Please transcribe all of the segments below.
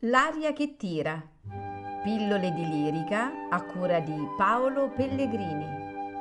L'aria che tira. Pillole di lirica a cura di Paolo Pellegrini.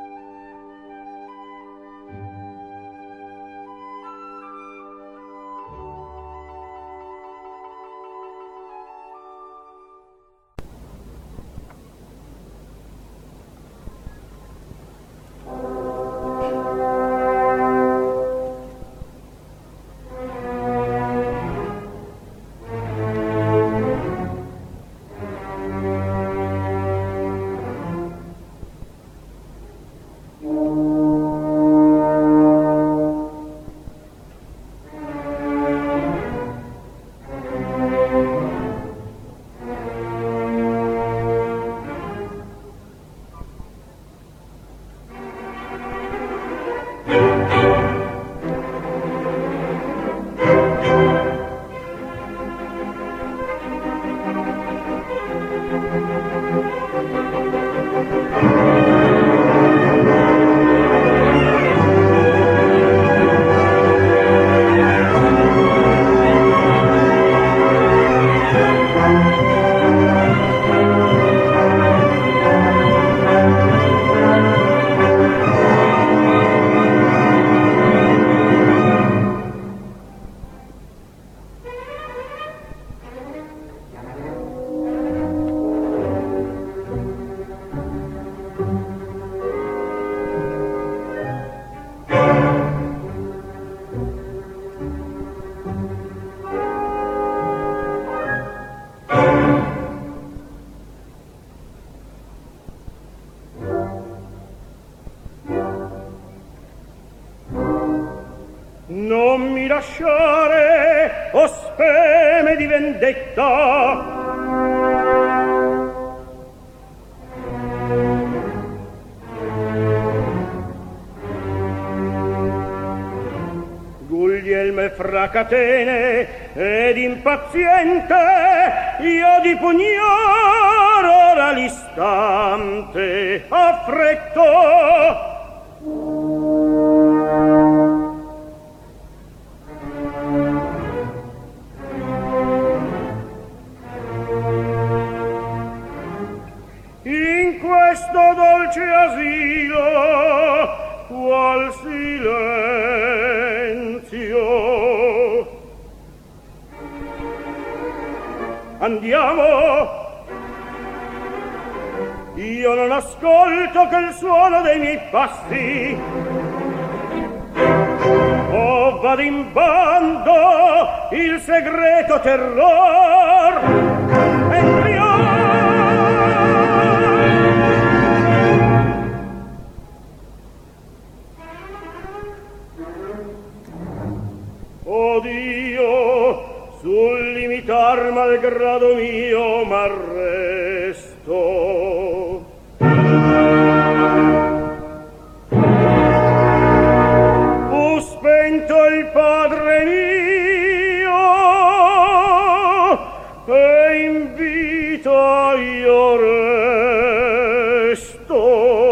Non mi lasciare, o speme di vendetta. Guglielme fra catene ed impaziente, io di pugnar ora l'istante affretto. In questo dolce asilo qual silenzio. Andiamo, io non ascolto che il suono dei miei passi. O vado in bando il segreto terror. Entriamo. O Dio, sul limitar malgrado mio m'arresto. Fu spento il Padre mio e in vita io resto.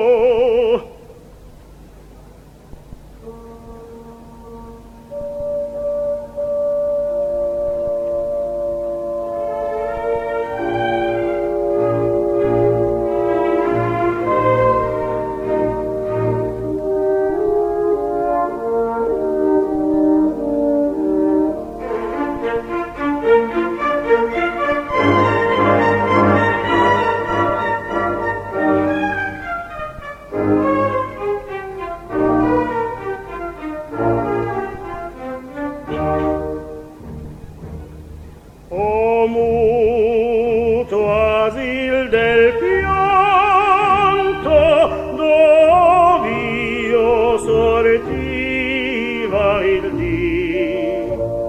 O muto asil del pianto, dov'io sortiva il dì.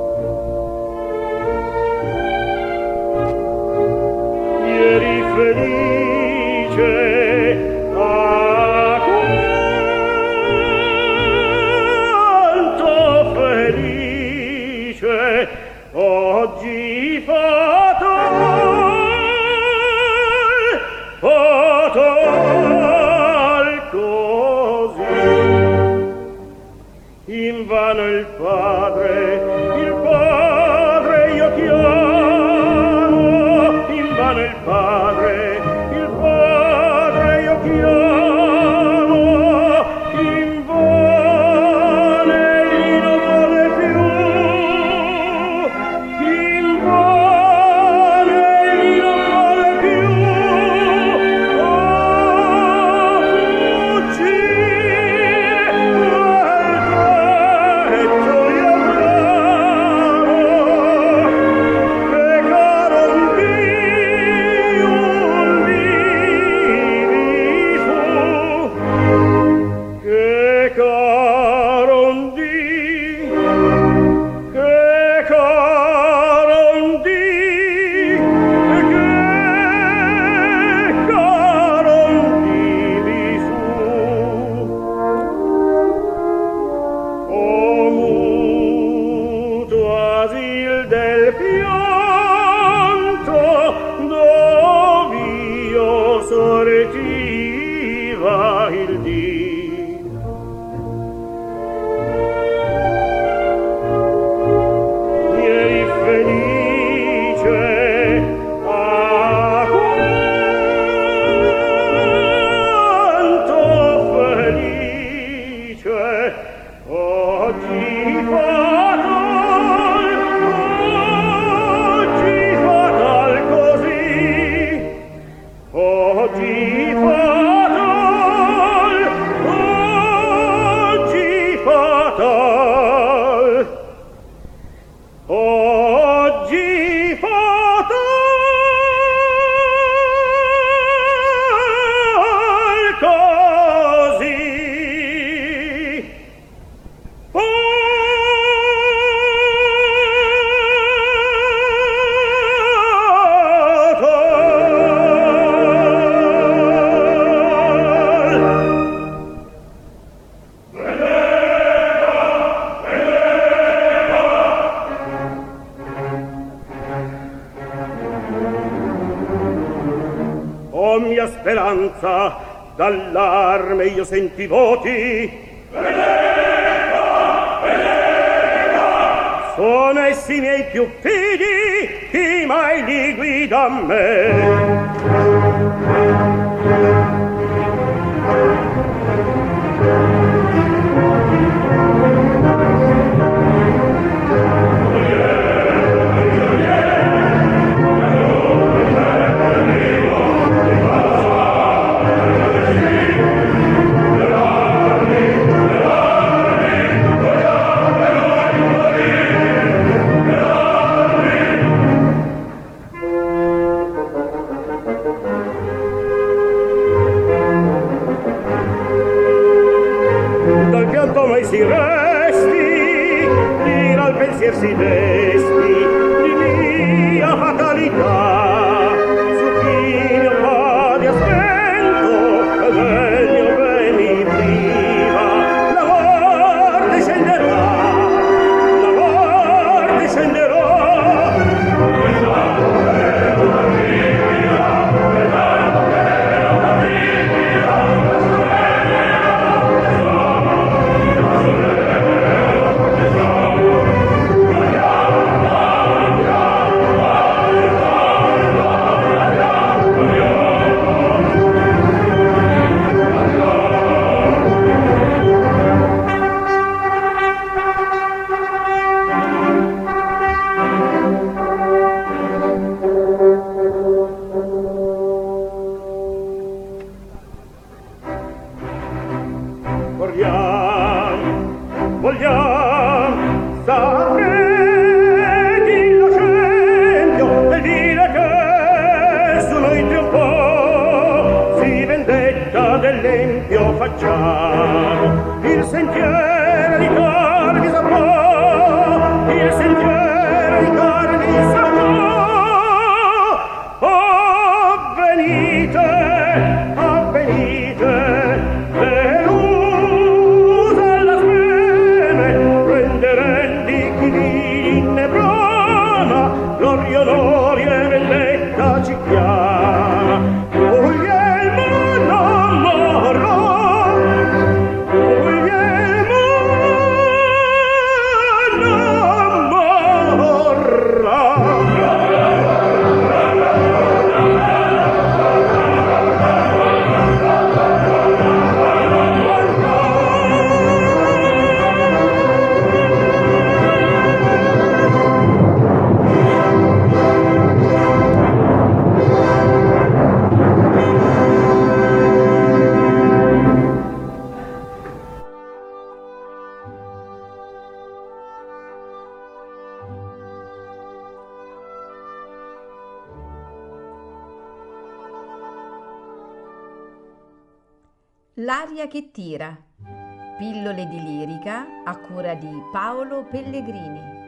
Ieri felice a quanto felice oggi fatal così. Invano il padre io chiamo. o mia speranza, dall'arme io senti voti. Benedetta, benedetta! Sono essi miei più fidi, chi mai li guida a me? Mai si resti, l'ira al pensier si desti di mia fatalità, su chi mio padre ha spento e del mio bene priva. La morte scenderà, la morte scenderà. Vogliam sapreti lo scempio e dire che su noi trionfò, si vendetta dell'empio facciamo il sentiero di carni saprò, il sentiero di carni saprò. Oh, venite, onori e vendetta ci chiama. Guglielmo non morrò, Guglielmo non morrà. L'aria che tira. Pillole di lirica a cura di Paolo Pellegrini.